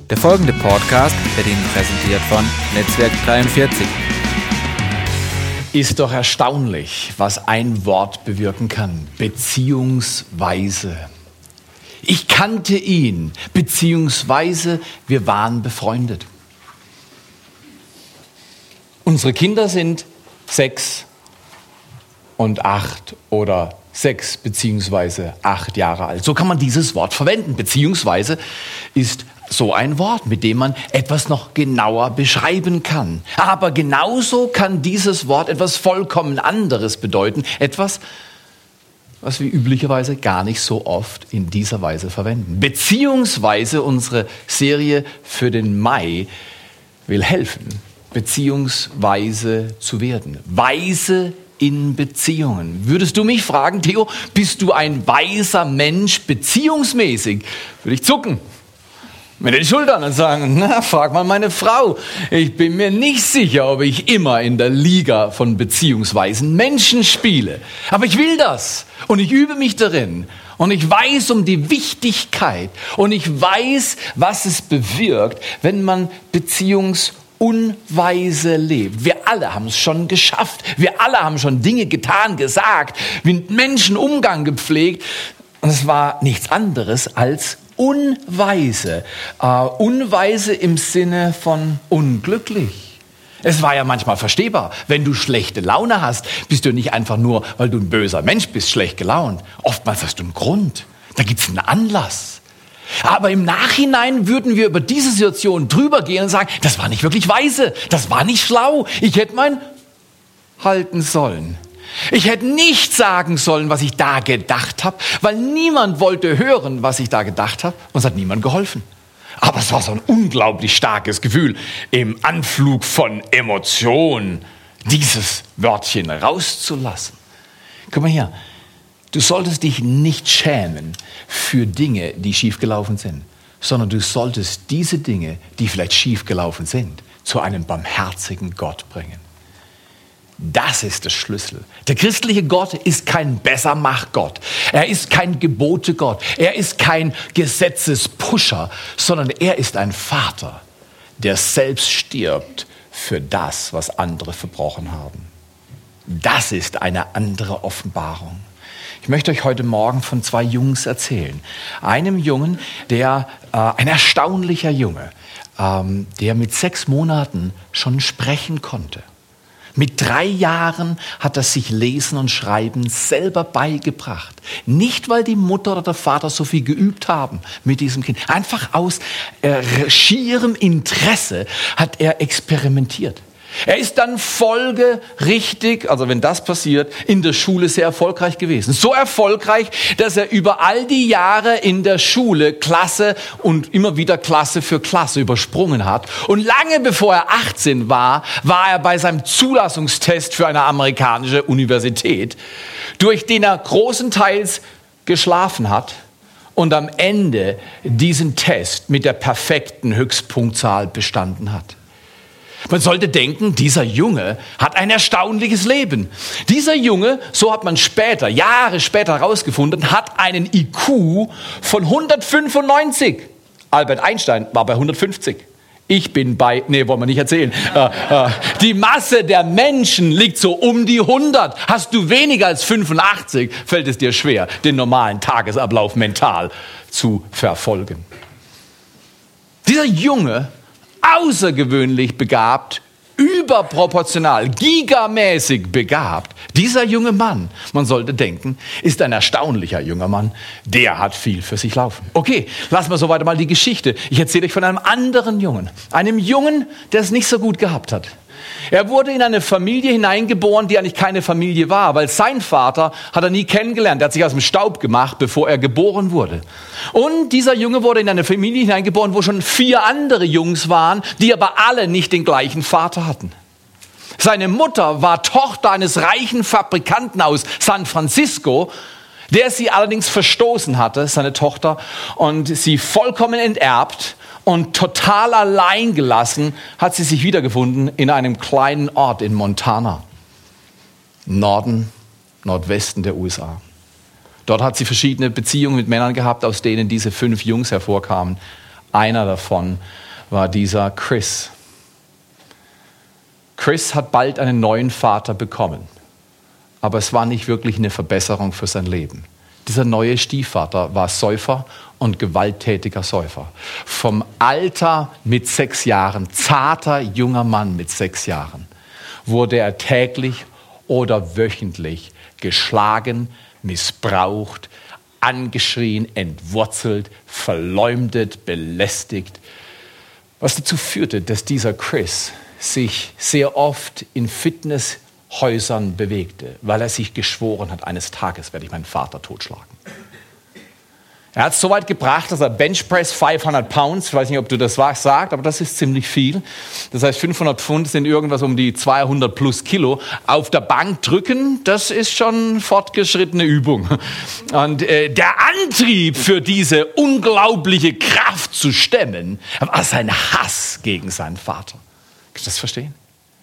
Der folgende Podcast wird Ihnen präsentiert von Netzwerk 43. Ist doch erstaunlich, was ein Wort bewirken kann. Beziehungsweise. Ich kannte ihn, beziehungsweise wir waren befreundet. Unsere Kinder sind 6 und 8 oder 6 beziehungsweise 8 Jahre alt. So kann man dieses Wort verwenden. Beziehungsweise ist so ein Wort, mit dem man etwas noch genauer beschreiben kann. Aber genauso kann dieses Wort etwas vollkommen anderes bedeuten. Etwas, was wir üblicherweise gar nicht so oft in dieser Weise verwenden. Beziehungsweise unsere Serie für den Mai will helfen, beziehungsweise zu werden. Weise in Beziehungen. Würdest du mich fragen, Theo, bist du ein weiser Mensch beziehungsmäßig? Würde ich zucken mit den Schultern und sagen, na, frag mal meine Frau. Ich bin mir nicht sicher, ob ich immer in der Liga von beziehungsweisen Menschen spiele. Aber ich will das und ich übe mich darin. Und ich weiß um die Wichtigkeit und ich weiß, was es bewirkt, wenn man beziehungsunweise lebt. Wir alle haben es schon geschafft. Wir alle haben schon Dinge getan, gesagt, mit Menschen Umgang gepflegt. Und es war nichts anderes als unweise. Unweise im Sinne von unglücklich. Es war ja manchmal verstehbar. Wenn du schlechte Laune hast, bist du nicht einfach nur, weil du ein böser Mensch bist, schlecht gelaunt. Oftmals hast du einen Grund. Da gibt es einen Anlass. Aber im Nachhinein würden wir über diese Situation drüber gehen und sagen, das war nicht wirklich weise, das war nicht schlau. Ich hätte mein halten sollen. Ich hätte nicht sagen sollen, was ich da gedacht habe, weil niemand wollte hören, was ich da gedacht habe, und es hat niemand geholfen. Aber es war so ein unglaublich starkes Gefühl, im Anflug von Emotionen dieses Wörtchen rauszulassen. Guck mal hier, du solltest dich nicht schämen für Dinge, die schiefgelaufen sind, sondern du solltest diese Dinge, die vielleicht schiefgelaufen sind, zu einem barmherzigen Gott bringen. Das ist der Schlüssel. Der christliche Gott ist kein Bessermachgott. Er ist kein Gebotegott. Er ist kein Gesetzespusher, sondern er ist ein Vater, der selbst stirbt für das, was andere verbrochen haben. Das ist eine andere Offenbarung. Ich möchte euch heute Morgen von 2 Jungs erzählen. Einem Jungen, ein erstaunlicher Junge, der mit 6 Monaten schon sprechen konnte. Mit 3 Jahren hat er sich Lesen und Schreiben selber beigebracht. Nicht, weil die Mutter oder der Vater so viel geübt haben mit diesem Kind. Einfach aus schierem Interesse hat er experimentiert. Er ist dann folgerichtig, also wenn das passiert, in der Schule sehr erfolgreich gewesen. So erfolgreich, dass er über all die Jahre in der Schule Klasse und immer wieder Klasse für Klasse übersprungen hat. Und lange bevor er 18 war, war er bei seinem Zulassungstest für eine amerikanische Universität, durch den er großenteils geschlafen hat und am Ende diesen Test mit der perfekten Höchstpunktzahl bestanden hat. Man sollte denken, dieser Junge hat ein erstaunliches Leben. Dieser Junge, so hat man Jahre später herausgefunden, hat einen IQ von 195. Albert Einstein war bei 150. Ich bin bei, wollen wir nicht erzählen. Die Masse der Menschen liegt so um die 100. Hast du weniger als 85, fällt es dir schwer, den normalen Tagesablauf mental zu verfolgen. Dieser Junge, außergewöhnlich begabt, überproportional, gigamäßig begabt. Dieser junge Mann, man sollte denken, ist ein erstaunlicher junger Mann. Der hat viel für sich laufen. Okay, lassen wir soweit mal die Geschichte. Ich erzähle euch von einem anderen Jungen. Einem Jungen, der es nicht so gut gehabt hat. Er wurde in eine Familie hineingeboren, die eigentlich keine Familie war, weil sein Vater hat er nie kennengelernt. Er hat sich aus dem Staub gemacht, bevor er geboren wurde. Und dieser Junge wurde in eine Familie hineingeboren, wo schon 4 andere Jungs waren, die aber alle nicht den gleichen Vater hatten. Seine Mutter war Tochter eines reichen Fabrikanten aus San Francisco, der sie allerdings verstoßen hatte, seine Tochter, und sie vollkommen enterbt. Und total allein gelassen hat sie sich wiedergefunden in einem kleinen Ort in Montana, Nordwesten der USA. Dort hat sie verschiedene Beziehungen mit Männern gehabt, aus denen diese 5 Jungs hervorkamen. Einer davon war dieser Chris. Chris hat bald einen neuen Vater bekommen, aber es war nicht wirklich eine Verbesserung für sein Leben. Dieser neue Stiefvater war Säufer und gewalttätiger Säufer. Vom Alter mit 6 Jahren, zarter junger Mann mit 6 Jahren, wurde er täglich oder wöchentlich geschlagen, missbraucht, angeschrien, entwurzelt, verleumdet, belästigt. Was dazu führte, dass dieser Chris sich sehr oft in Fitnesshäusern bewegte, weil er sich geschworen hat, eines Tages werde ich meinen Vater totschlagen. Er hat es so weit gebracht, dass er Benchpress 500 Pounds, ich weiß nicht, ob du das sagst, aber das ist ziemlich viel. Das heißt, 500 Pfund sind irgendwas um die 200 plus Kilo. Auf der Bank drücken, das ist schon fortgeschrittene Übung. Und der Antrieb für diese unglaubliche Kraft zu stemmen, war sein Hass gegen seinen Vater. Kannst du das verstehen?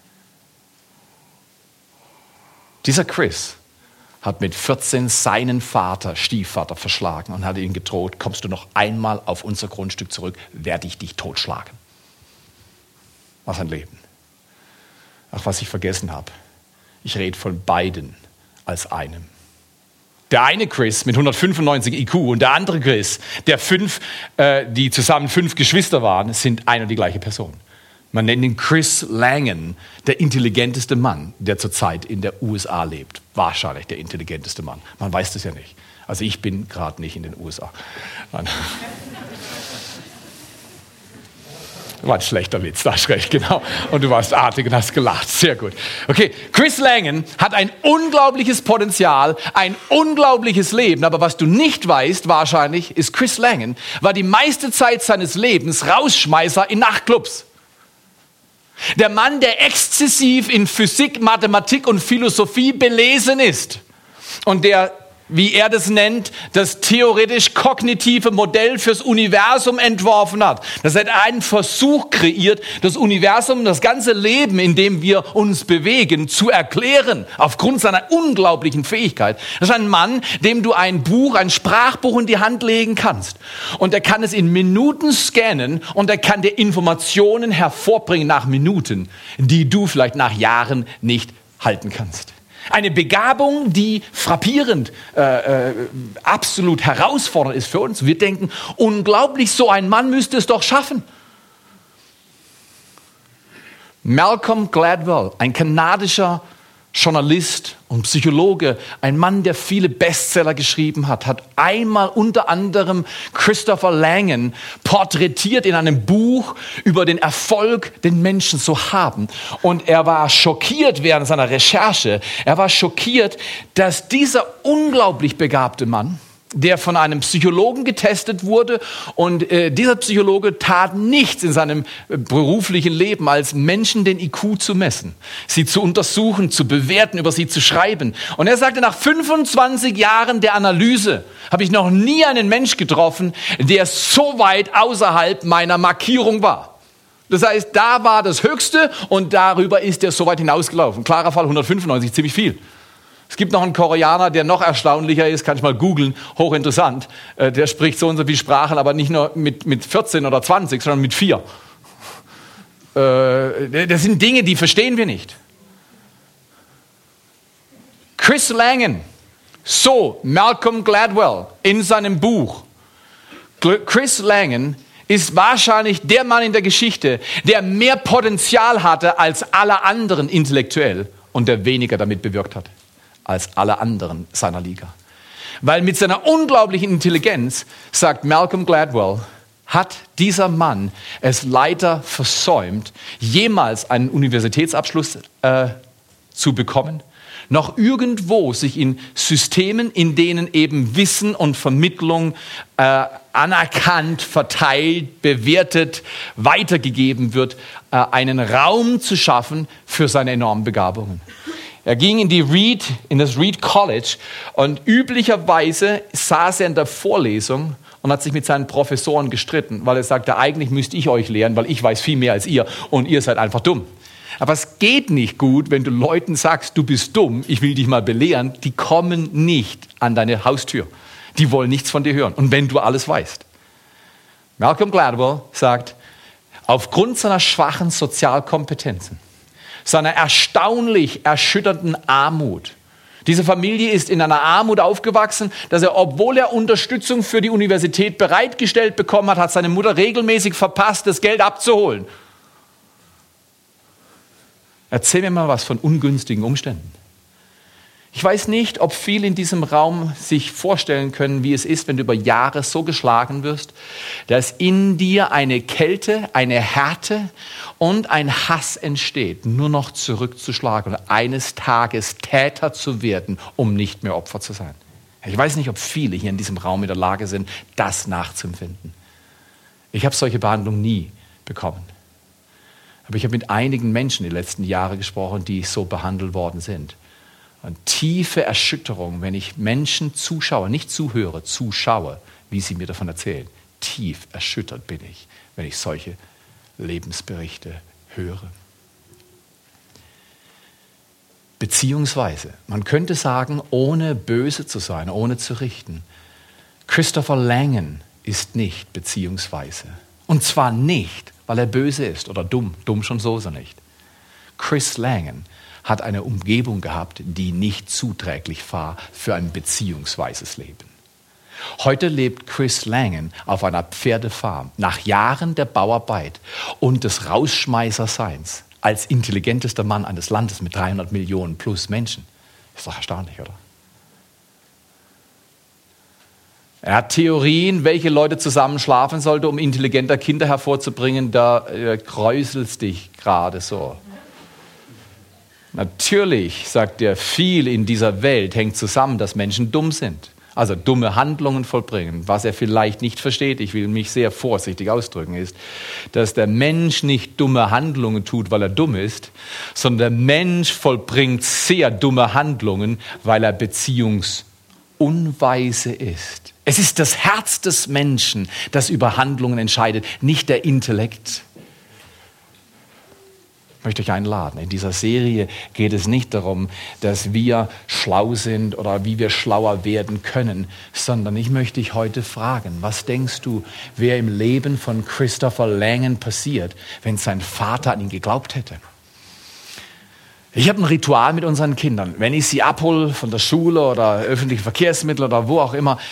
Dieser Chris hat mit 14 seinen Stiefvater verschlagen und hat ihn gedroht, kommst du noch einmal auf unser Grundstück zurück, werde ich dich totschlagen. Was ein Leben. Ach, was ich vergessen habe. Ich rede von beiden als einem. Der eine Chris mit 195 IQ und der andere Chris, die zusammen 5 Geschwister waren, sind ein und die gleiche Person. Man nennt ihn Chris Langan, der intelligenteste Mann, der zurzeit in der USA lebt. Wahrscheinlich der intelligenteste Mann. Man weiß das ja nicht. Also ich bin gerade nicht in den USA. Nein. War ein schlechter Witz, da hast recht, genau. Und du warst artig und hast gelacht. Sehr gut. Okay, Chris Langan hat ein unglaubliches Potenzial, ein unglaubliches Leben. Aber was du nicht weißt, wahrscheinlich, ist, Chris Langan war die meiste Zeit seines Lebens Rausschmeißer in Nachtclubs. Der Mann, der exzessiv in Physik, Mathematik und Philosophie belesen ist und der, wie er das nennt, das theoretisch-kognitive Modell fürs Universum entworfen hat. Das hat einen Versuch kreiert, das Universum, das ganze Leben, in dem wir uns bewegen, zu erklären, aufgrund seiner unglaublichen Fähigkeit. Das ist ein Mann, dem du ein Sprachbuch in die Hand legen kannst. Und er kann es in Minuten scannen und er kann dir Informationen hervorbringen nach Minuten, die du vielleicht nach Jahren nicht halten kannst. Eine Begabung, die frappierend, absolut herausfordernd ist für uns. Wir denken, unglaublich, so ein Mann müsste es doch schaffen. Malcolm Gladwell, ein kanadischer Journalist und Psychologe, ein Mann, der viele Bestseller geschrieben hat, hat einmal unter anderem Christopher Langan porträtiert in einem Buch über den Erfolg, den Menschen so haben. Und er war schockiert während seiner Recherche. Er war schockiert, dass dieser unglaublich begabte Mann, der von einem Psychologen getestet wurde und dieser Psychologe tat nichts in seinem beruflichen Leben, als Menschen den IQ zu messen, sie zu untersuchen, zu bewerten, über sie zu schreiben. Und er sagte, nach 25 Jahren der Analyse habe ich noch nie einen Mensch getroffen, der so weit außerhalb meiner Markierung war. Das heißt, da war das Höchste und darüber ist er so weit hinausgelaufen. Klarer Fall, 195, ziemlich viel. Es gibt noch einen Koreaner, der noch erstaunlicher ist, kann ich mal googeln, hochinteressant. Der spricht so und so viele Sprachen, aber nicht nur mit 14 oder 20, sondern mit 4. Das sind Dinge, die verstehen wir nicht. Chris Langan, so Malcolm Gladwell in seinem Buch. Chris Langan ist wahrscheinlich der Mann in der Geschichte, der mehr Potenzial hatte als alle anderen intellektuell und der weniger damit bewirkt hat als alle anderen seiner Liga. Weil mit seiner unglaublichen Intelligenz, sagt Malcolm Gladwell, hat dieser Mann es leider versäumt, jemals einen Universitätsabschluss zu bekommen, noch irgendwo sich in Systemen, in denen eben Wissen und Vermittlung anerkannt, verteilt, bewertet, weitergegeben wird, einen Raum zu schaffen für seine enormen Begabungen. Er ging in das Reed College und üblicherweise saß er in der Vorlesung und hat sich mit seinen Professoren gestritten, weil er sagte, eigentlich müsste ich euch lehren, weil ich weiß viel mehr als ihr und ihr seid einfach dumm. Aber es geht nicht gut, wenn du Leuten sagst, du bist dumm, ich will dich mal belehren, die kommen nicht an deine Haustür. Die wollen nichts von dir hören. Und wenn du alles weißt. Malcolm Gladwell sagt, aufgrund seiner schwachen Sozialkompetenzen, seiner erstaunlich erschütternden Armut. Diese Familie ist in einer Armut aufgewachsen, dass er, obwohl er Unterstützung für die Universität bereitgestellt bekommen hat, hat seine Mutter regelmäßig verpasst, das Geld abzuholen. Erzähl mir mal was von ungünstigen Umständen. Ich weiß nicht, ob viele in diesem Raum sich vorstellen können, wie es ist, wenn du über Jahre so geschlagen wirst, dass in dir eine Kälte, eine Härte und ein Hass entsteht, nur noch zurückzuschlagen und eines Tages Täter zu werden, um nicht mehr Opfer zu sein. Ich weiß nicht, ob viele hier in diesem Raum in der Lage sind, das nachzuempfinden. Ich habe solche Behandlung nie bekommen. Aber ich habe mit einigen Menschen die letzten Jahre gesprochen, die so behandelt worden sind. Und tiefe Erschütterung, wenn ich Menschen zuschaue, nicht zuhöre, zuschaue, wie sie mir davon erzählen. Tief erschüttert bin ich, wenn ich solche Lebensberichte höre. Beziehungsweise, man könnte sagen, ohne böse zu sein, ohne zu richten, Christopher Langan ist nicht beziehungsweise. Und zwar nicht, weil er böse ist oder dumm. Dumm schon so nicht. Chris Langan hat eine Umgebung gehabt, die nicht zuträglich war für ein beziehungsweises Leben. Heute lebt Chris Langan auf einer Pferdefarm nach Jahren der Bauarbeit und des Rausschmeißerseins als intelligentester Mann eines Landes mit 300 Millionen plus Menschen. Ist doch erstaunlich, oder? Er hat Theorien, welche Leute zusammen schlafen sollten, um intelligenter Kinder hervorzubringen. Da kräuselst dich gerade so. Natürlich, sagt er, viel in dieser Welt hängt zusammen, dass Menschen dumm sind. Also dumme Handlungen vollbringen. Was er vielleicht nicht versteht, ich will mich sehr vorsichtig ausdrücken, ist, dass der Mensch nicht dumme Handlungen tut, weil er dumm ist, sondern der Mensch vollbringt sehr dumme Handlungen, weil er beziehungsunweise ist. Es ist das Herz des Menschen, das über Handlungen entscheidet, nicht der Intellekt. Ich möchte euch einladen. In dieser Serie geht es nicht darum, dass wir schlau sind oder wie wir schlauer werden können, sondern ich möchte dich heute fragen, was denkst du, wäre im Leben von Christopher Langan passiert, wenn sein Vater an ihn geglaubt hätte? Ich habe ein Ritual mit unseren Kindern. Wenn ich sie abhole von der Schule oder öffentlichen Verkehrsmittel oder wo auch immer,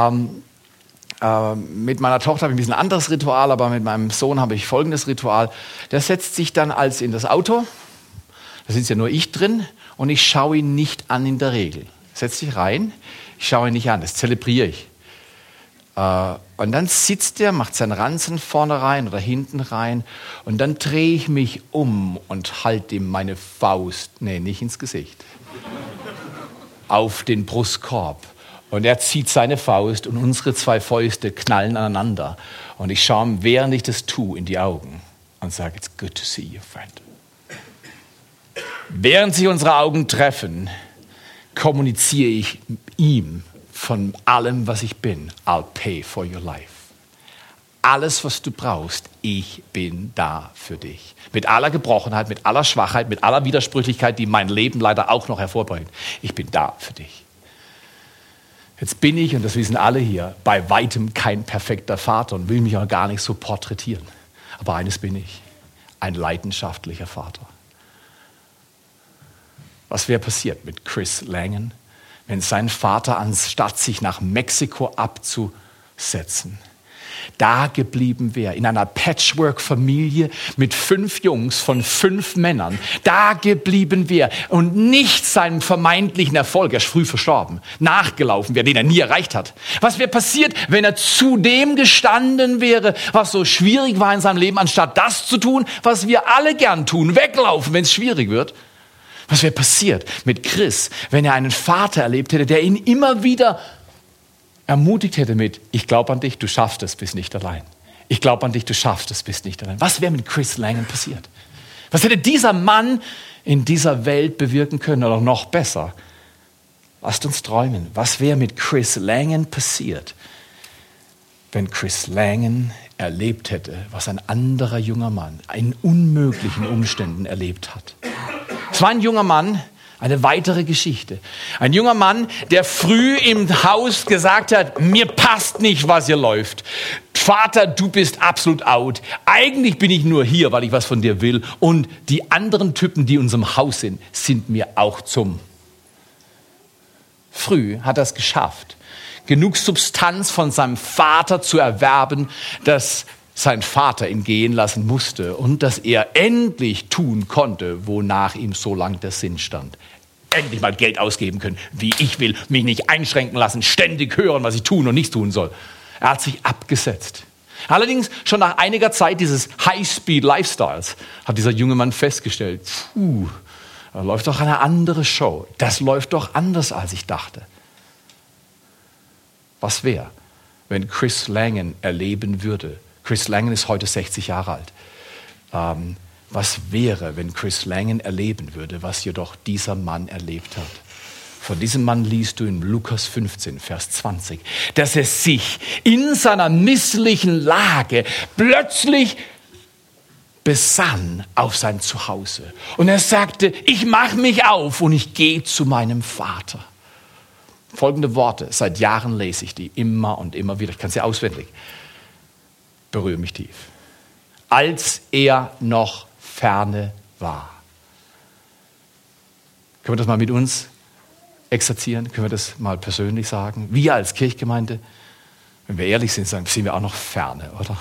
mit meiner Tochter habe ich ein bisschen ein anderes Ritual, aber mit meinem Sohn habe ich folgendes Ritual. Der setzt sich dann als in das Auto, da sitzt ja nur ich drin und ich schaue ihn nicht an in der Regel. Setzt sich rein, ich schaue ihn nicht an, das zelebriere ich. Und dann sitzt er, macht seinen Ranzen vorne rein oder hinten rein und dann drehe ich mich um und halte ihm meine Faust, nicht ins Gesicht, auf den Brustkorb. Und er zieht seine Faust und unsere zwei Fäuste knallen aneinander. Und ich schaue ihm, während ich das tue, in die Augen und sage, it's good to see you, friend. Während sich unsere Augen treffen, kommuniziere ich ihm von allem, was ich bin. I'll pay for your life. Alles, was du brauchst, ich bin da für dich. Mit aller Gebrochenheit, mit aller Schwachheit, mit aller Widersprüchlichkeit, die mein Leben leider auch noch hervorbringt. Ich bin da für dich. Jetzt bin ich, und das wissen alle hier, bei weitem kein perfekter Vater und will mich auch gar nicht so porträtieren. Aber eines bin ich, ein leidenschaftlicher Vater. Was wäre passiert mit Chris Langan, wenn sein Vater, anstatt sich nach Mexiko abzusetzen, da geblieben wäre, in einer Patchwork-Familie mit 5 Jungs von 5 Männern, da geblieben wäre und nicht seinem vermeintlichen Erfolg, er ist früh verstorben, nachgelaufen wäre, den er nie erreicht hat. Was wäre passiert, wenn er zu dem gestanden wäre, was so schwierig war in seinem Leben, anstatt das zu tun, was wir alle gern tun, weglaufen, wenn es schwierig wird? Was wäre passiert mit Chris, wenn er einen Vater erlebt hätte, der ihn immer wieder ermutigt hätte mit, ich glaube an dich, du schaffst es, bist nicht allein. Ich glaube an dich, du schaffst es, bist nicht allein. Was wäre mit Chris Langan passiert? Was hätte dieser Mann in dieser Welt bewirken können oder noch besser? Lasst uns träumen. Was wäre mit Chris Langan passiert, wenn Chris Langan erlebt hätte, was ein anderer junger Mann in unmöglichen Umständen erlebt hat? Es war ein junger Mann, Eine weitere Geschichte. Ein junger Mann, der früh im Haus gesagt hat, mir passt nicht, was hier läuft. Vater, du bist absolut out. Eigentlich bin ich nur hier, weil ich was von dir will. Und die anderen Typen, die in unserem Haus sind mir auch zum. Früh hat er es geschafft, genug Substanz von seinem Vater zu erwerben, dass sein Vater ihn gehen lassen musste und dass er endlich tun konnte, wonach ihm so lang der Sinn stand. Endlich mal Geld ausgeben können, wie ich will, mich nicht einschränken lassen, ständig hören, was ich tun und nicht tun soll. Er hat sich abgesetzt. Allerdings schon nach einiger Zeit dieses High-Speed-Lifestyles hat dieser junge Mann festgestellt, da läuft doch eine andere Show. Das läuft doch anders, als ich dachte. Was wäre, wenn Chris Langan erleben würde? Chris Langan ist heute 60 Jahre alt. Was wäre, wenn Chris Langan erleben würde, was jedoch dieser Mann erlebt hat? Von diesem Mann liest du in Lukas 15, Vers 20, dass er sich in seiner misslichen Lage plötzlich besann auf sein Zuhause. Und er sagte, ich mache mich auf und ich gehe zu meinem Vater. Folgende Worte, seit Jahren lese ich die immer und immer wieder. Ich kann sie auswendig. Berühre mich tief. Als er noch ferne war. Können wir das mal mit uns exerzieren? Können wir das mal persönlich sagen? Wir als Kirchgemeinde, wenn wir ehrlich sind, sind wir auch noch ferne, oder?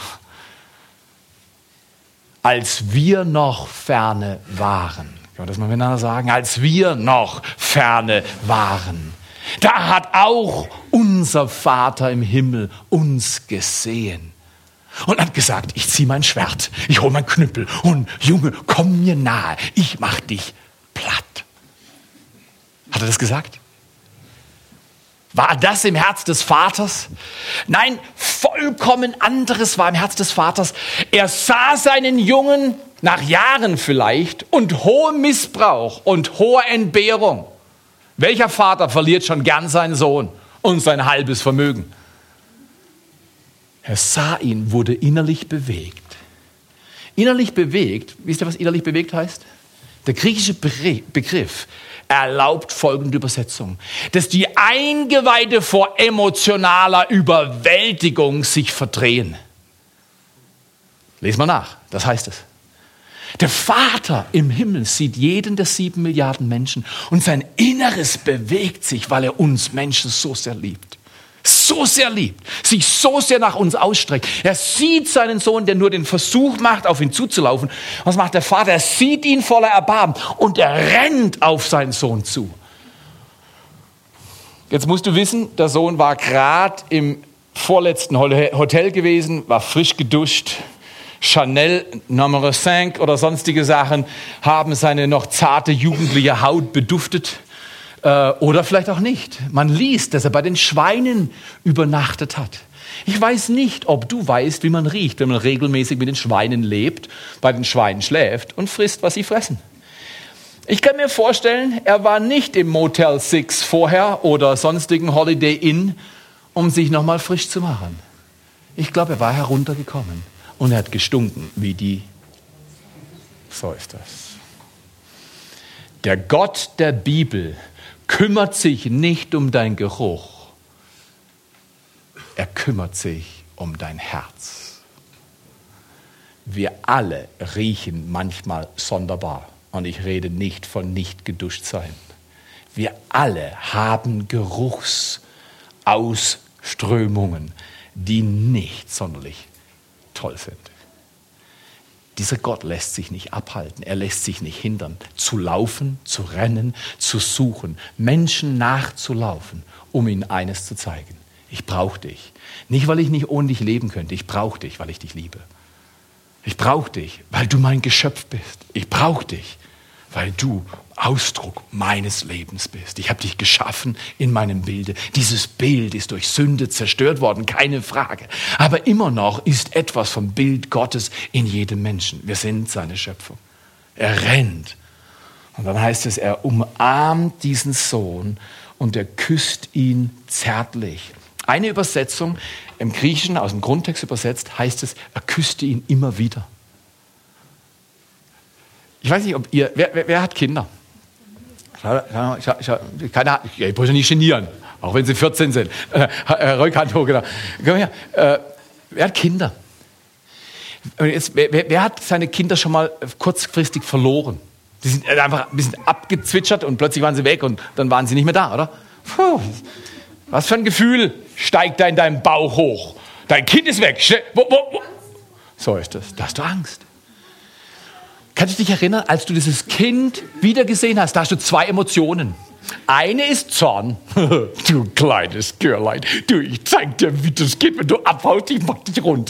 Als wir noch ferne waren. Können wir das mal miteinander sagen? Als wir noch ferne waren. Da hat auch unser Vater im Himmel uns gesehen. Und hat gesagt, ich ziehe mein Schwert, ich hole mein Knüppel und Junge, komm mir nahe, ich mach dich platt. Hat er das gesagt? War das im Herz des Vaters? Nein, vollkommen anderes war im Herz des Vaters. Er sah seinen Jungen nach Jahren vielleicht und hohem Missbrauch und hoher Entbehrung. Welcher Vater verliert schon gern seinen Sohn und sein halbes Vermögen? Er sah ihn, wurde innerlich bewegt. Innerlich bewegt, wisst ihr, was innerlich bewegt heißt? Der griechische Begriff erlaubt folgende Übersetzung, dass die Eingeweide vor emotionaler Überwältigung sich verdrehen. Lest mal nach, das heißt es. Der Vater im Himmel sieht jeden der 7 Milliarden Menschen und sein Inneres bewegt sich, weil er uns Menschen so sehr liebt. So sehr liebt, sich so sehr nach uns ausstreckt. Er sieht seinen Sohn, der nur den Versuch macht, auf ihn zuzulaufen. Was macht der Vater? Er sieht ihn voller Erbarmen und er rennt auf seinen Sohn zu. Jetzt musst du wissen, der Sohn war gerade im vorletzten Hotel gewesen, war frisch geduscht. Chanel Nummer 5 oder sonstige Sachen haben seine noch zarte jugendliche Haut beduftet. Oder vielleicht auch nicht. Man liest, dass er bei den Schweinen übernachtet hat. Ich weiß nicht, ob du weißt, wie man riecht, wenn man regelmäßig mit den Schweinen lebt, bei den Schweinen schläft und frisst, was sie fressen. Ich kann mir vorstellen, er war nicht im Motel 6 vorher oder sonstigen Holiday Inn, um sich nochmal frisch zu machen. Ich glaube, er war heruntergekommen und er hat gestunken wie die. So ist das. Der Gott der Bibel kümmert sich nicht um deinen Geruch. Er kümmert sich um dein Herz. Wir alle riechen manchmal sonderbar. Und ich rede nicht von nicht geduscht sein. Wir alle haben Geruchsausströmungen, die nicht sonderlich toll sind. Dieser Gott lässt sich nicht abhalten, er lässt sich nicht hindern, zu laufen, zu rennen, zu suchen, Menschen nachzulaufen, um ihnen eines zu zeigen. Ich brauche dich. Nicht, weil ich nicht ohne dich leben könnte, ich brauche dich, weil ich dich liebe. Ich brauche dich, weil du mein Geschöpf bist. Ich brauche dich, weil du Ausdruck meines Lebens bist. Ich habe dich geschaffen in meinem Bilde. Dieses Bild ist durch Sünde zerstört worden, keine Frage. Aber immer noch ist etwas vom Bild Gottes in jedem Menschen. Wir sind seine Schöpfung. Er rennt. Und dann heißt es, er umarmt diesen Sohn und er küsst ihn zärtlich. Eine Übersetzung im Griechischen, aus dem Grundtext übersetzt, heißt es, er küsste ihn immer wieder. Ich weiß nicht, ob wer hat Kinder? Keine Ahnung, ich brauche nicht genieren, auch wenn sie 14 sind. Rückhand hoch, genau. Komm her. Wer hat Kinder? Wer hat seine Kinder schon mal kurzfristig verloren? Die sind einfach ein bisschen abgezwitschert und plötzlich waren sie weg und dann waren sie nicht mehr da, oder? Puh. Was für ein Gefühl steigt da in deinem Bauch hoch? Dein Kind ist weg. Wo? So ist das. Da hast du Angst. Kannst du dich erinnern, als du dieses Kind wieder gesehen hast, da hast du zwei Emotionen. Eine ist Zorn. Du kleines Girllein. Du, ich zeig dir, wie das geht, wenn du abhaust, ich mach dich rund.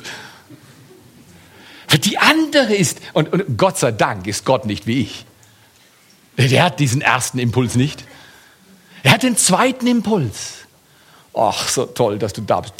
Die andere ist, und Gott sei Dank ist Gott nicht wie ich. Der hat diesen ersten Impuls nicht. Er hat den zweiten Impuls. Ach, so toll, dass du da bist.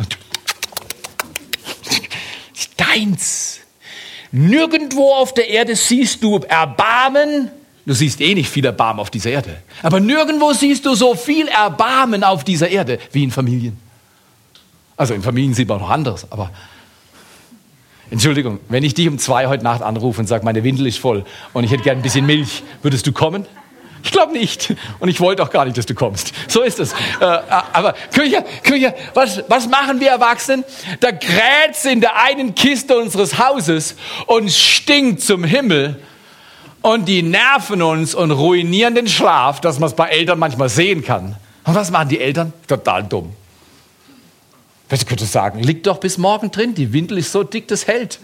Deins. Nirgendwo auf der Erde siehst du Erbarmen. Du siehst eh nicht viel Erbarmen auf dieser Erde. Aber nirgendwo siehst du so viel Erbarmen auf dieser Erde wie in Familien. Also in Familien sieht man noch anderes, aber Entschuldigung, wenn ich dich um 2 heute Nacht anrufe und sage, meine Windel ist voll und ich hätte gern ein bisschen Milch, würdest du kommen? Ich glaube nicht. Und ich wollte auch gar nicht, dass du kommst. So ist es. Aber Küche, was machen wir Erwachsenen? Da kräht's in der einen Kiste unseres Hauses und stinkt zum Himmel. Und die nerven uns und ruinieren den Schlaf, dass man es bei Eltern manchmal sehen kann. Und was machen die Eltern? Total dumm. Ich könnte sagen, liegt doch bis morgen drin, die Windel ist so dick, das hält.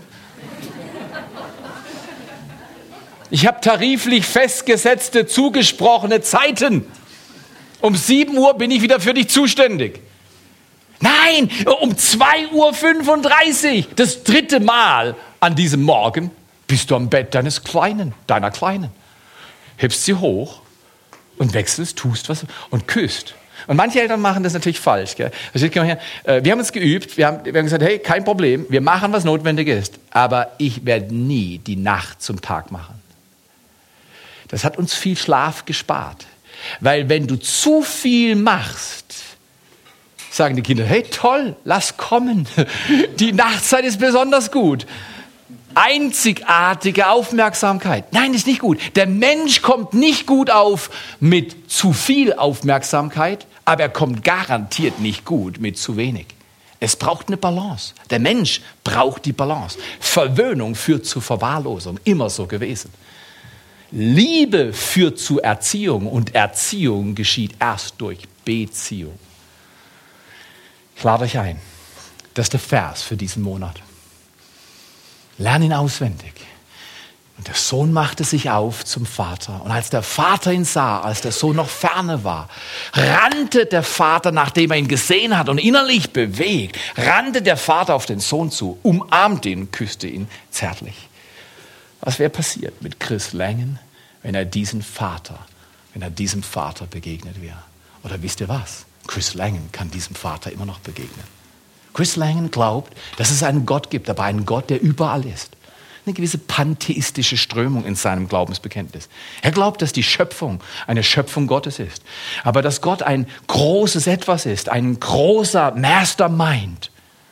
Ich habe tariflich festgesetzte, zugesprochene Zeiten. Um 7 Uhr bin ich wieder für dich zuständig. Nein, um 2:35 Uhr, das 3. Mal an diesem Morgen, bist du am Bett deiner Kleinen. Hebst sie hoch und wechselst, tust was und küsst. Und manche Eltern machen das natürlich falsch. Gell? Wir haben uns geübt, wir haben gesagt, hey, kein Problem, wir machen, was notwendig ist. Aber ich werde nie die Nacht zum Tag machen. Das hat uns viel Schlaf gespart. Weil wenn du zu viel machst, sagen die Kinder, hey toll, lass kommen. Die Nachtzeit ist besonders gut. Einzigartige Aufmerksamkeit. Nein, ist nicht gut. Der Mensch kommt nicht gut auf mit zu viel Aufmerksamkeit, aber er kommt garantiert nicht gut mit zu wenig. Es braucht eine Balance. Der Mensch braucht die Balance. Verwöhnung führt zu Verwahrlosung. Immer so gewesen. Liebe führt zu Erziehung und Erziehung geschieht erst durch Beziehung. Ich lade euch ein. Das ist der Vers für diesen Monat. Lern ihn auswendig. Und der Sohn machte sich auf zum Vater. Und als der Vater ihn sah, als der Sohn noch ferne war, rannte der Vater, nachdem er ihn gesehen hat und innerlich bewegt, rannte der Vater auf den Sohn zu, umarmte ihn und küsste ihn zärtlich. Was wäre passiert mit Chris Langen, wenn er diesem Vater begegnet wäre? Oder wisst ihr was? Chris Langen kann diesem Vater immer noch begegnen. Chris Langen glaubt, dass es einen Gott gibt, aber einen Gott, der überall ist. Eine gewisse pantheistische Strömung in seinem Glaubensbekenntnis. Er glaubt, dass die Schöpfung eine Schöpfung Gottes ist, aber dass Gott ein großes Etwas ist, ein großer Mastermind,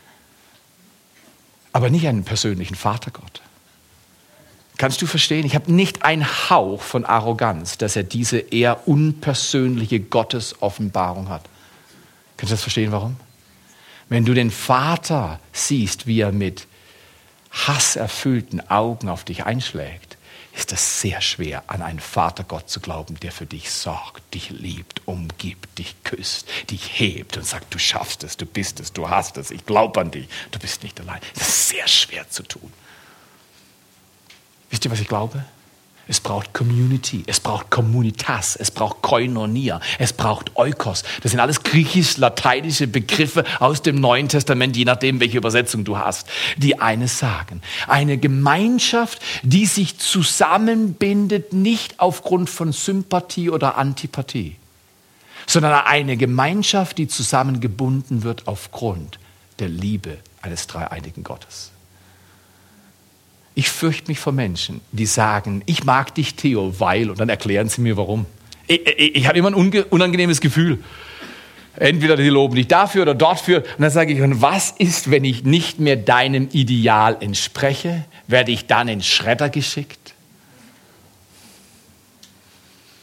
aber nicht einen persönlichen Vatergott. Kannst du verstehen? Ich habe nicht einen Hauch von Arroganz, dass er diese eher unpersönliche Gottesoffenbarung hat. Kannst du das verstehen, warum? Wenn du den Vater siehst, wie er mit hasserfüllten Augen auf dich einschlägt, ist das sehr schwer, an einen Vatergott zu glauben, der für dich sorgt, dich liebt, umgibt, dich küsst, dich hebt und sagt, du schaffst es, du bist es, du hast es, ich glaube an dich, du bist nicht allein. Das ist sehr schwer zu tun. Wisst ihr, was ich glaube? Es braucht Community, es braucht Communitas, es braucht Koinonia, es braucht Oikos. Das sind alles griechisch-lateinische Begriffe aus dem Neuen Testament, je nachdem, welche Übersetzung du hast, die eines sagen. Eine Gemeinschaft, die sich zusammenbindet, nicht aufgrund von Sympathie oder Antipathie, sondern eine Gemeinschaft, die zusammengebunden wird aufgrund der Liebe eines dreieinigen Gottes. Ich fürchte mich vor Menschen, die sagen, ich mag dich, Theo, weil, und dann erklären sie mir, warum. Ich habe immer ein unangenehmes Gefühl. Entweder die loben dich dafür oder dort für. Und dann sage ich, und was ist, wenn ich nicht mehr deinem Ideal entspreche? Werde ich dann in den Schredder geschickt?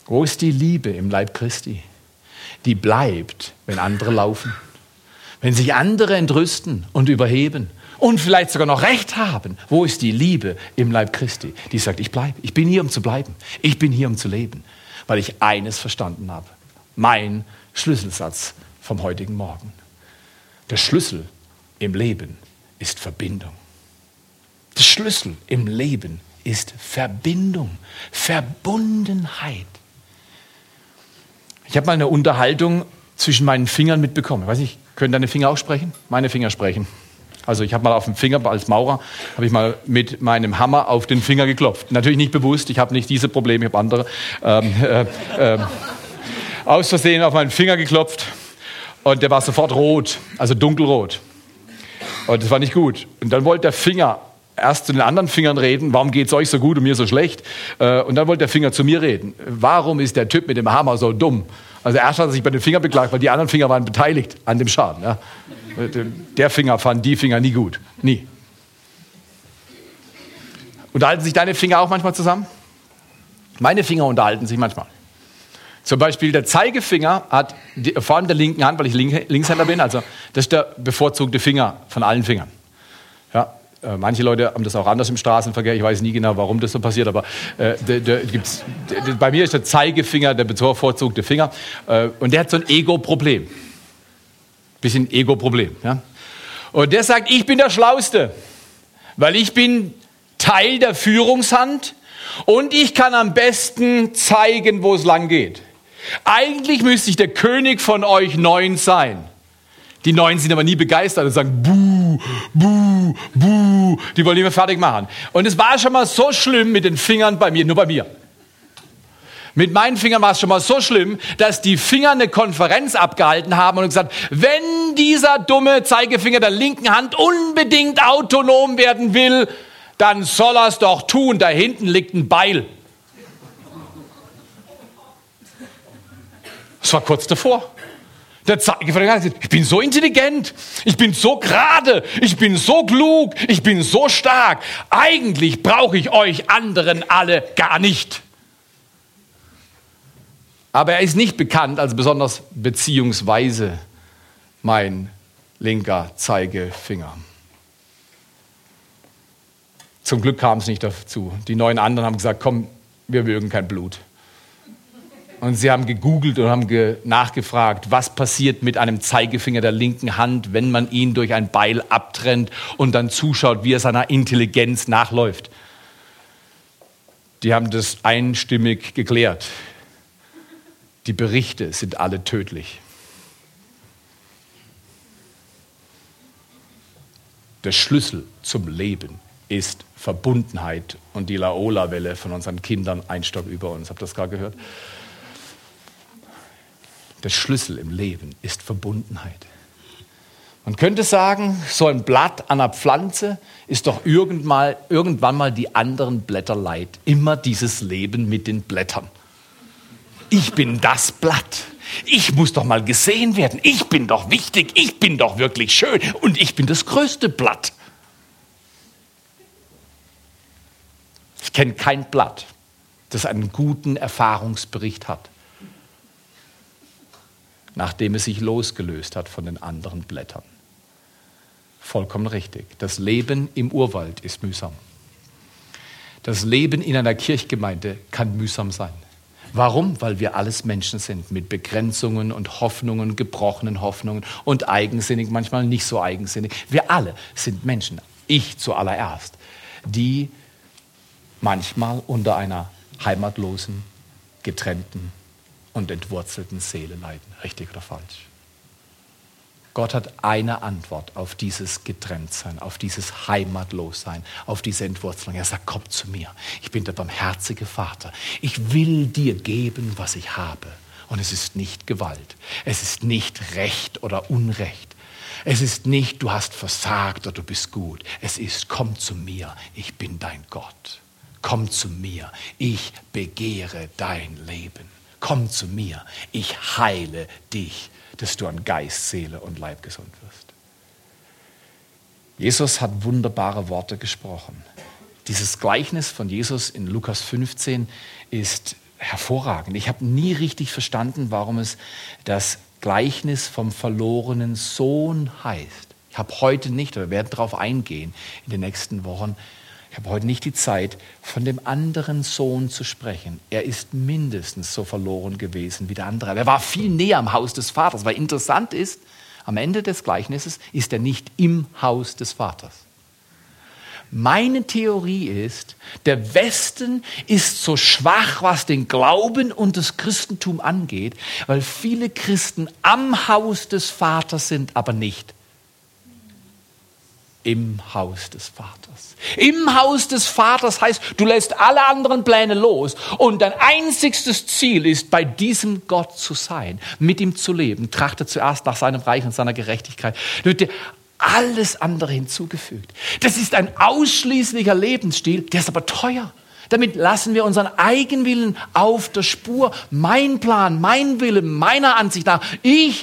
Wo ist die Liebe im Leib Christi? Die bleibt, wenn andere laufen. Wenn sich andere entrüsten und überheben und vielleicht sogar noch Recht haben. Wo ist die Liebe im Leib Christi? Die sagt, ich bleibe. Ich bin hier, um zu bleiben. Ich bin hier, um zu leben. Weil ich eines verstanden habe. Mein Schlüsselsatz vom heutigen Morgen. Der Schlüssel im Leben ist Verbindung. Der Schlüssel im Leben ist Verbindung. Verbundenheit. Ich habe mal eine Unterhaltung zwischen meinen Fingern mitbekommen. Ich weiß nicht, können deine Finger auch sprechen? Meine Finger sprechen. Also ich habe mal auf dem Finger, als Maurer, habe ich mal mit meinem Hammer auf den Finger geklopft. Natürlich nicht bewusst, ich habe nicht diese Probleme, ich habe andere. Aus Versehen auf meinen Finger geklopft und der war sofort rot, also dunkelrot. Und das war nicht gut. Und dann wollte der Finger erst zu den anderen Fingern reden, warum geht es euch so gut und mir so schlecht? Und dann wollte der Finger zu mir reden. Warum ist der Typ mit dem Hammer so dumm? Also erst hat er sich bei den Fingern beklagt, weil die anderen Finger waren beteiligt an dem Schaden. Ja. Der Finger fand die Finger nie gut. Nie. Unterhalten sich deine Finger auch manchmal zusammen? Meine Finger unterhalten sich manchmal. Zum Beispiel der Zeigefinger hat, vor allem der linken Hand, weil ich Linkshänder bin, also das ist der bevorzugte Finger von allen Fingern. Ja. Manche Leute haben das auch anders im Straßenverkehr. Ich weiß nie genau, warum das so passiert, aber bei mir ist der Zeigefinger der bevorzugte Finger. Und der hat so ein Ego-Problem. Bisschen Ego-Problem. Ja? Und der sagt, ich bin der Schlauste, weil ich bin Teil der Führungshand und ich kann am besten zeigen, wo es lang geht. Eigentlich müsste ich der König von euch 9 sein. Die 9 sind aber nie begeistert und sagen, buh, buh, buh. Die wollen nicht mehr fertig machen. Und es war schon mal so schlimm mit den Fingern bei mir, nur bei mir. Mit meinen Fingern war es schon mal so schlimm, dass die Finger eine Konferenz abgehalten haben und gesagt, wenn dieser dumme Zeigefinger der linken Hand unbedingt autonom werden will, dann soll er es doch tun. Da hinten liegt ein Beil. Das war kurz davor. Der Zeigefinger hat gesagt, ich bin so intelligent, ich bin so gerade, ich bin so klug, ich bin so stark. Eigentlich brauche ich euch anderen alle gar nicht. Aber er ist nicht bekannt als besonders beziehungsweise mein linker Zeigefinger. Zum Glück kam es nicht dazu. Die 9 anderen haben gesagt, komm, wir mögen kein Blut. Und sie haben gegoogelt und haben nachgefragt, was passiert mit einem Zeigefinger der linken Hand, wenn man ihn durch ein Beil abtrennt und dann zuschaut, wie er seiner Intelligenz nachläuft. Die haben das einstimmig geklärt. Die Berichte sind alle tödlich. Der Schlüssel zum Leben ist Verbundenheit und die Laola-Welle von unseren Kindern ein Stock über uns. Habt ihr das gerade gehört? Der Schlüssel im Leben ist Verbundenheit. Man könnte sagen, so ein Blatt an einer Pflanze ist doch irgendwann mal die anderen Blätter leid. Immer dieses Leben mit den Blättern. Ich bin das Blatt. Ich muss doch mal gesehen werden. Ich bin doch wichtig. Ich bin doch wirklich schön. Und ich bin das größte Blatt. Ich kenne kein Blatt, das einen guten Erfahrungsbericht hat, nachdem es sich losgelöst hat von den anderen Blättern. Vollkommen richtig. Das Leben im Urwald ist mühsam. Das Leben in einer Kirchgemeinde kann mühsam sein. Warum? Weil wir alles Menschen sind mit Begrenzungen und Hoffnungen, gebrochenen Hoffnungen und eigensinnig, manchmal nicht so eigensinnig. Wir alle sind Menschen, ich zuallererst, die manchmal unter einer heimatlosen, getrennten und entwurzelten Seele leiden. Richtig oder falsch? Gott hat eine Antwort auf dieses Getrenntsein, auf dieses Heimatlossein, auf diese Entwurzelung. Er sagt, komm zu mir. Ich bin der barmherzige Vater. Ich will dir geben, was ich habe. Und es ist nicht Gewalt. Es ist nicht Recht oder Unrecht. Es ist nicht, du hast versagt oder du bist gut. Es ist, komm zu mir. Ich bin dein Gott. Komm zu mir. Ich begehre dein Leben. Komm zu mir. Ich heile dich, dass du an Geist, Seele und Leib gesund wirst. Jesus hat wunderbare Worte gesprochen. Dieses Gleichnis von Jesus in Lukas 15 ist hervorragend. Ich habe nie richtig verstanden, warum es das Gleichnis vom verlorenen Sohn heißt. Ich habe heute nicht, oder wir werden darauf eingehen in den nächsten Wochen, ich habe heute nicht die Zeit, von dem anderen Sohn zu sprechen. Er ist mindestens so verloren gewesen wie der andere. Aber er war viel näher am Haus des Vaters, weil interessant ist, am Ende des Gleichnisses ist er nicht im Haus des Vaters. Meine Theorie ist, der Westen ist so schwach, was den Glauben und das Christentum angeht, weil viele Christen am Haus des Vaters sind, aber nicht im Haus des Vaters. Im Haus des Vaters heißt, du lässt alle anderen Pläne los und dein einzigstes Ziel ist, bei diesem Gott zu sein, mit ihm zu leben. Trachte zuerst nach seinem Reich und seiner Gerechtigkeit. Alles andere hinzugefügt. Das ist ein ausschließlicher Lebensstil, der ist aber teuer. Damit lassen wir unseren Eigenwillen auf der Spur. Mein Plan, mein Wille, meiner Ansicht nach. Ich.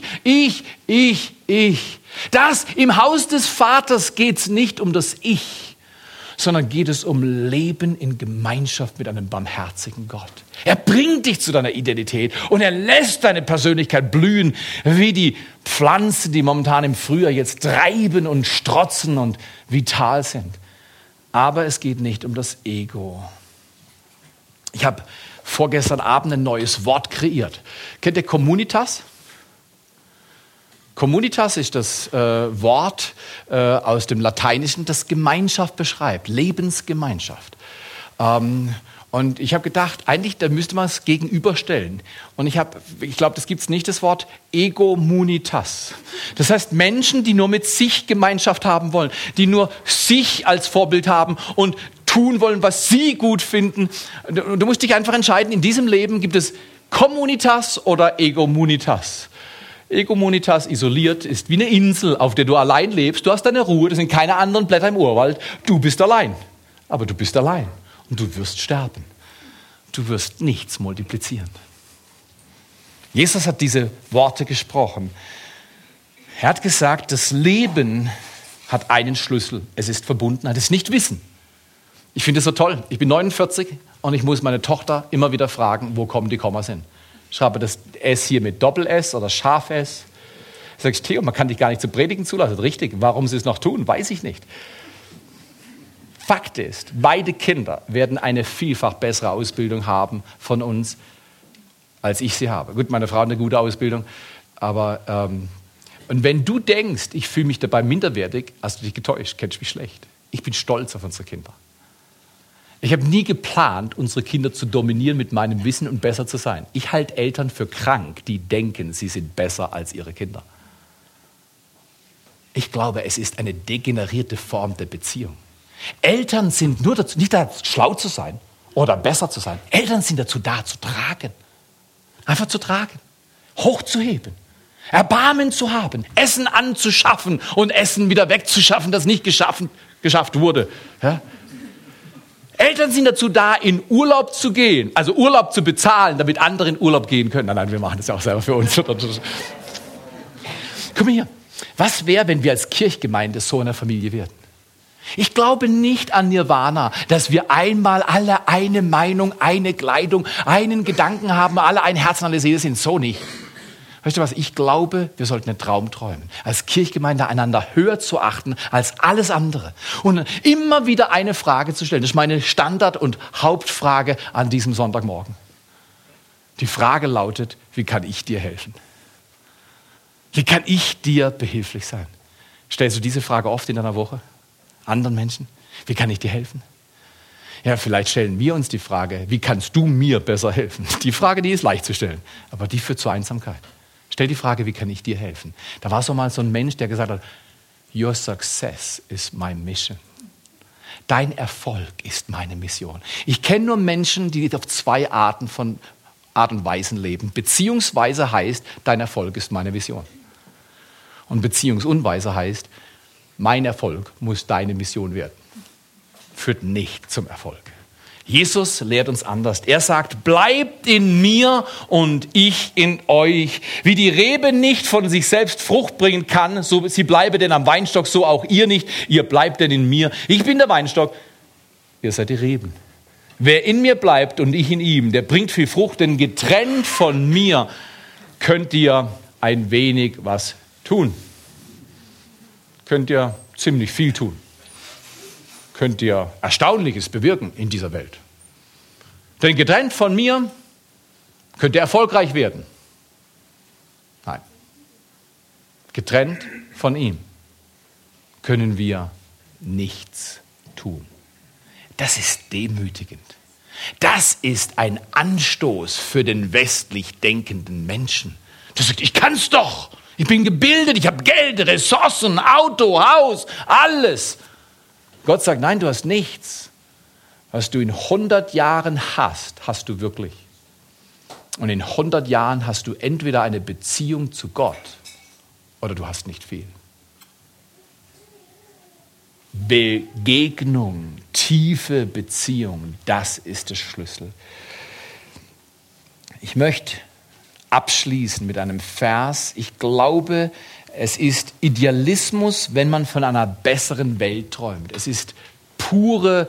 Das im Haus des Vaters geht es nicht um das Ich, sondern geht es um Leben in Gemeinschaft mit einem barmherzigen Gott. Er bringt dich zu deiner Identität und er lässt deine Persönlichkeit blühen, wie die Pflanzen, die momentan im Frühjahr jetzt treiben und strotzen und vital sind. Aber es geht nicht um das Ego. Ich habe vorgestern Abend ein neues Wort kreiert. Kennt ihr Communitas? Communitas ist das Wort aus dem Lateinischen, das Gemeinschaft beschreibt, Lebensgemeinschaft. Und ich habe gedacht, eigentlich da müsste man es gegenüberstellen. Und ich glaube, das gibt es nicht, das Wort Egomunitas. Das heißt Menschen, die nur mit sich Gemeinschaft haben wollen, die nur sich als Vorbild haben und tun wollen, was sie gut finden. Du musst dich einfach entscheiden, in diesem Leben gibt es Communitas oder Egomunitas. Egomunitas isoliert ist wie eine Insel, auf der du allein lebst. Du hast deine Ruhe, da sind keine anderen Blätter im Urwald. Du bist allein. Aber du bist allein. Und du wirst sterben. Du wirst nichts multiplizieren. Jesus hat diese Worte gesprochen. Er hat gesagt, das Leben hat einen Schlüssel. Es ist Verbundenheit, es ist nicht Wissen. Ich finde es so toll. Ich bin 49 und ich muss meine Tochter immer wieder fragen, wo kommen die Kommas hin. Schreibe das S hier mit Doppel-S oder Scharf-S. Sag ich, Theo, man kann dich gar nicht zu predigen zulassen. Richtig, warum sie es noch tun, weiß ich nicht. Fakt ist, beide Kinder werden eine vielfach bessere Ausbildung haben von uns, als ich sie habe. Gut, meine Frau hat eine gute Ausbildung, aber und wenn du denkst, ich fühle mich dabei minderwertig, hast du dich getäuscht, kennst mich schlecht. Ich bin stolz auf unsere Kinder. Ich habe nie geplant, unsere Kinder zu dominieren mit meinem Wissen und besser zu sein. Ich halte Eltern für krank, die denken, sie sind besser als ihre Kinder. Ich glaube, es ist eine degenerierte Form der Beziehung. Eltern sind nur dazu, nicht da, schlau zu sein oder besser zu sein. Eltern sind dazu da, zu tragen. Einfach zu tragen, hochzuheben, Erbarmen zu haben, Essen anzuschaffen und Essen wieder wegzuschaffen, das nicht geschafft wurde. Ja? Eltern sind dazu da, in Urlaub zu gehen, also Urlaub zu bezahlen, damit andere in Urlaub gehen können. Nein, wir machen das ja auch selber für uns. Guck mal hier, was wäre, wenn wir als Kirchgemeinde so eine Familie werden? Ich glaube nicht an Nirvana, dass wir einmal alle eine Meinung, eine Kleidung, einen Gedanken haben, alle ein Herz und alle Seele sind. So nicht. Weißt du was, ich glaube, wir sollten einen Traum träumen. Als Kirchgemeinde einander höher zu achten als alles andere. Und immer wieder eine Frage zu stellen. Das ist meine Standard- und Hauptfrage an diesem Sonntagmorgen. Die Frage lautet, wie kann ich dir helfen? Wie kann ich dir behilflich sein? Stellst du diese Frage oft in deiner Woche? Anderen Menschen? Wie kann ich dir helfen? Ja, vielleicht stellen wir uns die Frage, wie kannst du mir besser helfen? Die Frage, die ist leicht zu stellen, aber die führt zur Einsamkeit. Stell die Frage, wie kann ich dir helfen? Da war so mal so ein Mensch, der gesagt hat, your success is my mission. Dein Erfolg ist meine Mission. Ich kenne nur Menschen, die auf zwei Art und Weisen leben. Beziehungsweise heißt, dein Erfolg ist meine Vision. Und Beziehungsunweise heißt, mein Erfolg muss deine Mission werden. Führt nicht zum Erfolg. Jesus lehrt uns anders. Er sagt, bleibt in mir und ich in euch. Wie die Rebe nicht von sich selbst Frucht bringen kann, so sie bleibe denn am Weinstock, so auch ihr nicht. Ihr bleibt denn in mir. Ich bin der Weinstock, ihr seid die Reben. Wer in mir bleibt und ich in ihm, der bringt viel Frucht, denn getrennt von mir könnt ihr ein wenig was tun. Könnt ihr ziemlich viel tun. Könnt ihr Erstaunliches bewirken in dieser Welt. Denn getrennt von mir könnt ihr erfolgreich werden. Nein. Getrennt von ihm können wir nichts tun. Das ist demütigend. Das ist ein Anstoß für den westlich denkenden Menschen. Der sagt, ich kann's doch. Ich bin gebildet, ich habe Geld, Ressourcen, Auto, Haus, alles. Gott sagt, nein, du hast nichts. Was du in 100 Jahren hast, hast du wirklich. Und in 100 Jahren hast du entweder eine Beziehung zu Gott oder du hast nicht viel. Begegnung, tiefe Beziehung, das ist der Schlüssel. Ich möchte abschließen mit einem Vers. Ich glaube, es ist Idealismus, wenn man von einer besseren Welt träumt. Es ist pure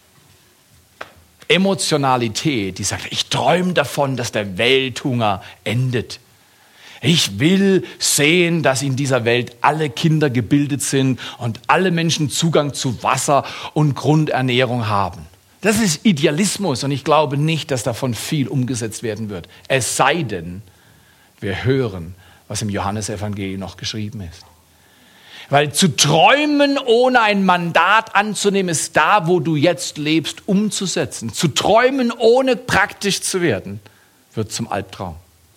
Emotionalität, die sagt, ich träume davon, dass der Welthunger endet. Ich will sehen, dass in dieser Welt alle Kinder gebildet sind und alle Menschen Zugang zu Wasser und Grundernährung haben. Das ist Idealismus und ich glaube nicht, dass davon viel umgesetzt werden wird. Es sei denn, wir hören, was im Johannesevangelium noch geschrieben ist. Weil zu träumen, ohne ein Mandat anzunehmen, ist da, wo du jetzt lebst, umzusetzen. Zu träumen, ohne praktisch zu werden, wird zum Albtraum.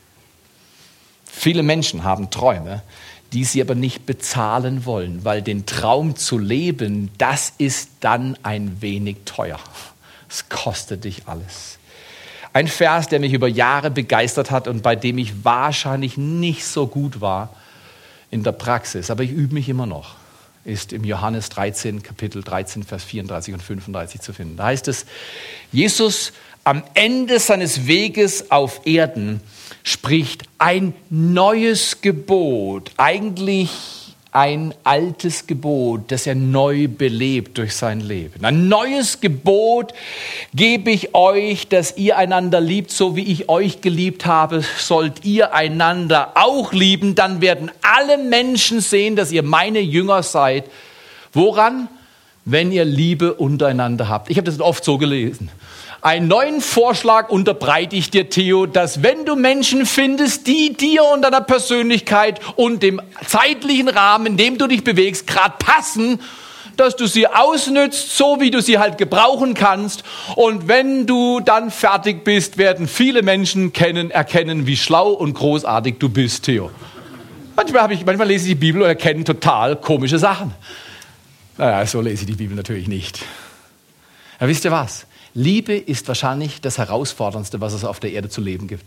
Viele Menschen haben Träume, die sie aber nicht bezahlen wollen, weil den Traum zu leben, das ist dann ein wenig teuer. Es kostet dich alles. Ein Vers, der mich über Jahre begeistert hat und bei dem ich wahrscheinlich nicht so gut war in der Praxis, aber ich übe mich immer noch, ist im Johannes 13, Kapitel 13, Vers 34 und 35 zu finden. Da heißt es, Jesus am Ende seines Weges auf Erden spricht ein neues Gebot, eigentlich ein altes Gebot, das er neu belebt durch sein Leben. Ein neues Gebot gebe ich euch, dass ihr einander liebt, so wie ich euch geliebt habe, sollt ihr einander auch lieben, dann werden alle Menschen sehen, dass ihr meine Jünger seid. Woran? Wenn ihr Liebe untereinander habt. Ich habe das oft so gelesen. Einen neuen Vorschlag unterbreite ich dir, Theo, dass wenn du Menschen findest, die dir und deiner Persönlichkeit und dem zeitlichen Rahmen, in dem du dich bewegst, gerade passen, dass du sie ausnützt, so wie du sie halt gebrauchen kannst. Und wenn du dann fertig bist, werden viele Menschen erkennen, wie schlau und großartig du bist, Theo. Manchmal lese ich die Bibel und erkenne total komische Sachen. Naja, so lese ich die Bibel natürlich nicht. Ja, wisst ihr was? Liebe ist wahrscheinlich das Herausforderndste, was es auf der Erde zu leben gibt.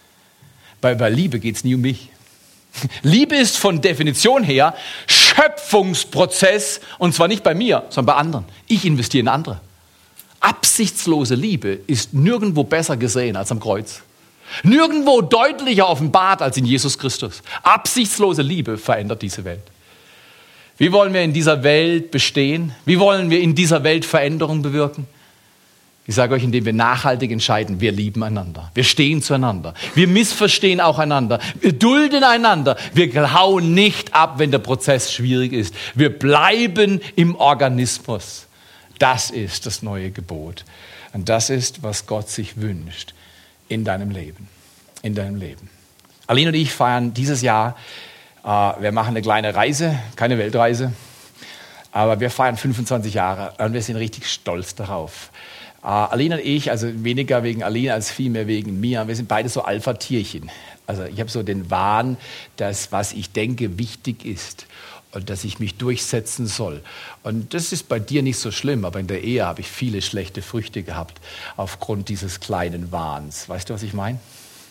Bei Liebe geht es nie um mich. Liebe ist von Definition her Schöpfungsprozess und zwar nicht bei mir, sondern bei anderen. Ich investiere in andere. Absichtslose Liebe ist nirgendwo besser gesehen als am Kreuz. Nirgendwo deutlicher offenbart als in Jesus Christus. Absichtslose Liebe verändert diese Welt. Wie wollen wir in dieser Welt bestehen? Wie wollen wir in dieser Welt Veränderung bewirken? Ich sage euch, indem wir nachhaltig entscheiden, wir lieben einander, wir stehen zueinander, wir missverstehen auch einander, wir dulden einander, wir hauen nicht ab, wenn der Prozess schwierig ist. Wir bleiben im Organismus. Das ist das neue Gebot. Und das ist, was Gott sich wünscht in deinem Leben. In deinem Leben. Aline und ich feiern dieses Jahr, wir machen eine kleine Reise, keine Weltreise, aber wir feiern 25 Jahre und wir sind richtig stolz darauf. Aline und ich, also weniger wegen Aline als vielmehr wegen mir, wir sind beide so Alpha-Tierchen. Also ich habe so den Wahn, dass was ich denke wichtig ist und dass ich mich durchsetzen soll. Und das ist bei dir nicht so schlimm, aber in der Ehe habe ich viele schlechte Früchte gehabt aufgrund dieses kleinen Wahns. Weißt du, was ich meine?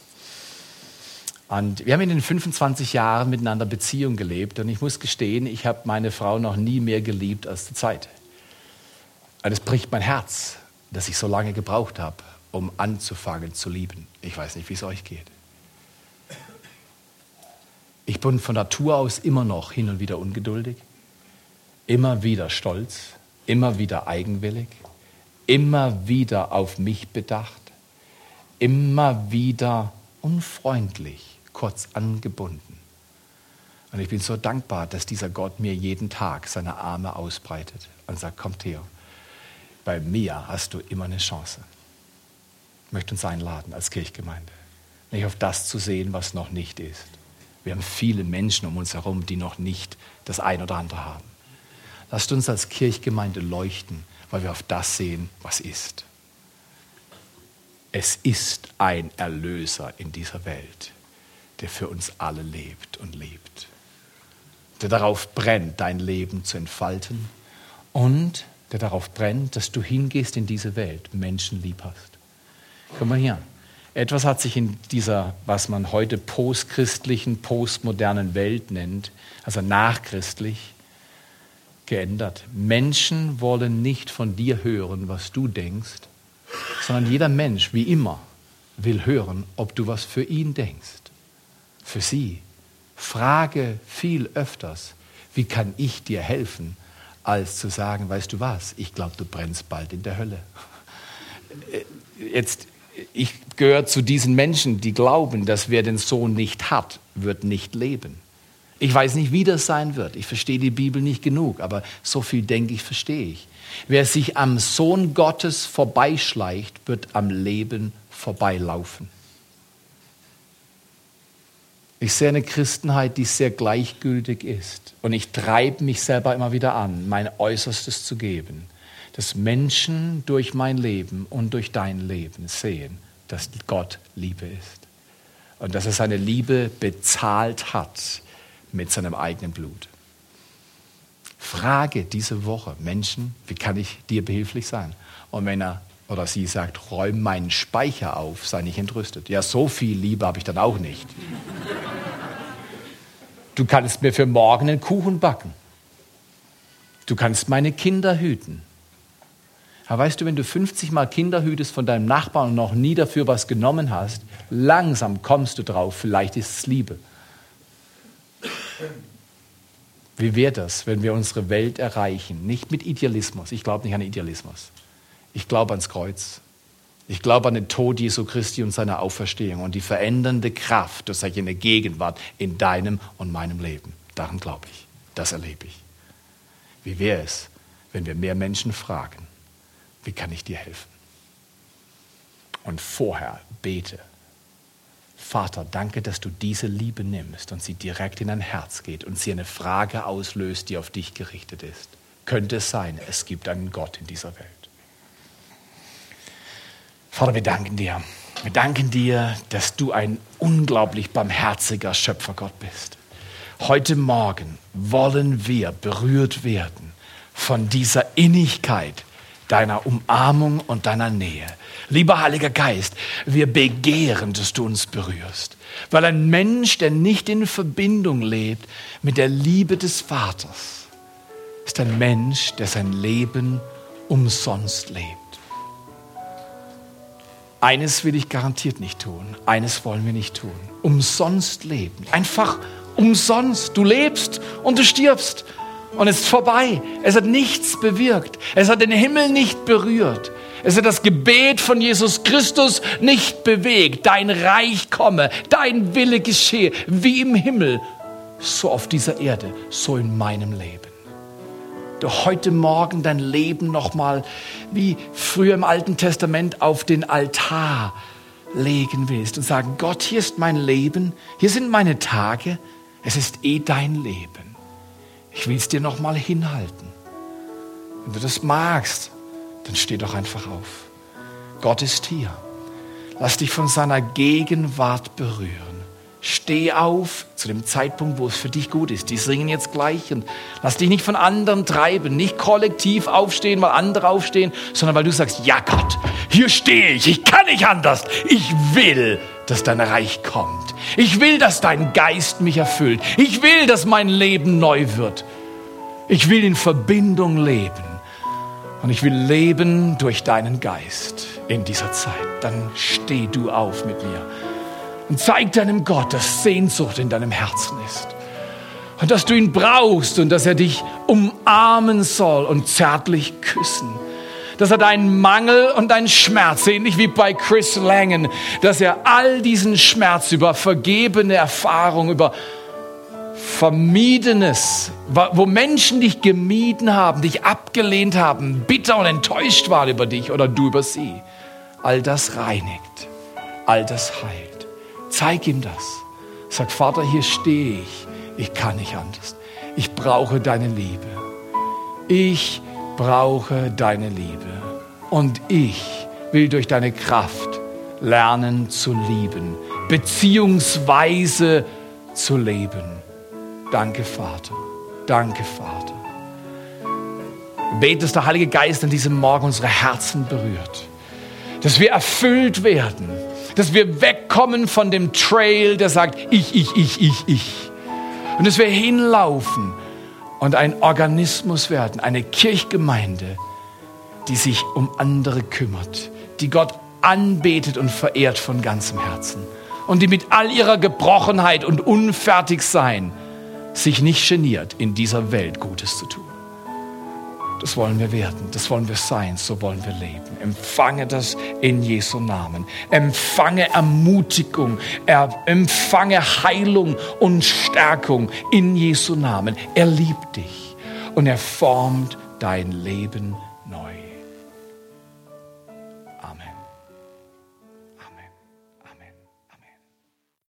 Und wir haben in den 25 Jahren miteinander Beziehung gelebt und ich muss gestehen, ich habe meine Frau noch nie mehr geliebt als zur Zeit. Und es bricht mein Herz, dass ich so lange gebraucht habe, um anzufangen zu lieben. Ich weiß nicht, wie es euch geht. Ich bin von Natur aus immer noch hin und wieder ungeduldig, immer wieder stolz, immer wieder eigenwillig, immer wieder auf mich bedacht, immer wieder unfreundlich, kurz angebunden. Und ich bin so dankbar, dass dieser Gott mir jeden Tag seine Arme ausbreitet und sagt, komm Theo, bei mir hast du immer eine Chance. Ich möchte uns einladen als Kirchgemeinde, nicht auf das zu sehen, was noch nicht ist. Wir haben viele Menschen um uns herum, die noch nicht das ein oder andere haben. Lasst uns als Kirchgemeinde leuchten, weil wir auf das sehen, was ist. Es ist ein Erlöser in dieser Welt, der für uns alle lebt und liebt. Der darauf brennt, dein Leben zu entfalten und der darauf brennt, dass du hingehst in diese Welt, Menschen lieb hast. Komm mal hier. Etwas hat sich in dieser, was man heute postchristlichen, postmodernen Welt nennt, also nachchristlich, geändert. Menschen wollen nicht von dir hören, was du denkst, sondern jeder Mensch, wie immer, will hören, ob du was für ihn denkst. Für sie. Frage viel öfters, wie kann ich dir helfen, als zu sagen, weißt du was, ich glaube, du brennst bald in der Hölle. Ich gehöre zu diesen Menschen, die glauben, dass wer den Sohn nicht hat, wird nicht leben. Ich weiß nicht, wie das sein wird. Ich verstehe die Bibel nicht genug, aber so viel denke ich, verstehe ich. Wer sich am Sohn Gottes vorbeischleicht, wird am Leben vorbeilaufen. Ich sehe eine Christenheit, die sehr gleichgültig ist. Und ich treibe mich selber immer wieder an, mein Äußerstes zu geben, dass Menschen durch mein Leben und durch dein Leben sehen, dass Gott Liebe ist. Und dass er seine Liebe bezahlt hat mit seinem eigenen Blut. Frage diese Woche Menschen, wie kann ich dir behilflich sein? Und wenn er oder sie sagt, räum meinen Speicher auf, sei nicht entrüstet. Ja, so viel Liebe habe ich dann auch nicht. Du kannst mir für morgen einen Kuchen backen. Du kannst meine Kinder hüten. Aber weißt du, wenn du 50 Mal Kinder hütest von deinem Nachbarn und noch nie dafür was genommen hast, langsam kommst du drauf, vielleicht ist es Liebe. Wie wäre das, wenn wir unsere Welt erreichen? Nicht mit Idealismus. Ich glaube nicht an Idealismus. Ich glaube ans Kreuz. Ich glaube an den Tod Jesu Christi und seine Auferstehung und die verändernde Kraft durch seine Gegenwart in deinem und meinem Leben. Daran glaube ich. Das erlebe ich. Wie wäre es, wenn wir mehr Menschen fragen, wie kann ich dir helfen? Und vorher bete. Vater, danke, dass du diese Liebe nimmst und sie direkt in dein Herz geht und sie eine Frage auslöst, die auf dich gerichtet ist. Könnte es sein, es gibt einen Gott in dieser Welt? Vater, wir danken dir. Wir danken dir, dass du ein unglaublich barmherziger Schöpfergott bist. Heute Morgen wollen wir berührt werden von dieser Innigkeit deiner Umarmung und deiner Nähe. Lieber Heiliger Geist, wir begehren, dass du uns berührst. Weil ein Mensch, der nicht in Verbindung lebt mit der Liebe des Vaters, ist ein Mensch, der sein Leben umsonst lebt. Eines will ich garantiert nicht tun. Eines wollen wir nicht tun. Umsonst leben. Einfach umsonst. Du lebst und du stirbst. Und es ist vorbei. Es hat nichts bewirkt. Es hat den Himmel nicht berührt. Es hat das Gebet von Jesus Christus nicht bewegt. Dein Reich komme, dein Wille geschehe, wie im Himmel, so auf dieser Erde, so in meinem Leben. Du heute Morgen dein Leben nochmal wie früher im Alten Testament auf den Altar legen willst und sagen, Gott, hier ist mein Leben, hier sind meine Tage, es ist dein Leben. Ich will es dir nochmal hinhalten. Wenn du das magst, dann steh doch einfach auf. Gott ist hier. Lass dich von seiner Gegenwart berühren. Steh auf zu dem Zeitpunkt, wo es für dich gut ist. Die singen jetzt gleich und lass dich nicht von anderen treiben. Nicht kollektiv aufstehen, weil andere aufstehen, sondern weil du sagst, ja Gott, hier stehe ich kann nicht anders. Ich will, dass dein Reich kommt. Ich will, dass dein Geist mich erfüllt. Ich will, dass mein Leben neu wird. Ich will in Verbindung leben. Und ich will leben durch deinen Geist in dieser Zeit. Dann steh du auf mit mir. Und zeig deinem Gott, dass Sehnsucht in deinem Herzen ist. Und dass du ihn brauchst und dass er dich umarmen soll und zärtlich küssen. dass er deinen Mangel und deinen Schmerz, ähnlich wie bei Chris Langen, dass er all diesen Schmerz über vergebene Erfahrung, über Vermiedenes, wo Menschen dich gemieden haben, dich abgelehnt haben, bitter und enttäuscht waren über dich oder du über sie, all das reinigt, all das heilt. Zeig ihm das. Sag, Vater, hier stehe ich kann nicht anders. Ich brauche deine Liebe. Ich brauche deine Liebe. Und ich will durch deine Kraft lernen zu lieben, beziehungsweise zu leben. Danke, Vater. Danke, Vater. Bete, dass der Heilige Geist an diesem Morgen unsere Herzen berührt. Dass wir erfüllt werden. Dass wir wegkommen von dem Trail, der sagt, ich. Und dass wir hinlaufen und ein Organismus werden, eine Kirchgemeinde, die sich um andere kümmert, die Gott anbetet und verehrt von ganzem Herzen und die mit all ihrer Gebrochenheit und Unfertigsein sich nicht geniert, in dieser Welt Gutes zu tun. Das wollen wir werden, das wollen wir sein, so wollen wir leben. Empfange das in Jesu Namen. Empfange Ermutigung, empfange Heilung und Stärkung in Jesu Namen. Er liebt dich und er formt dein Leben neu.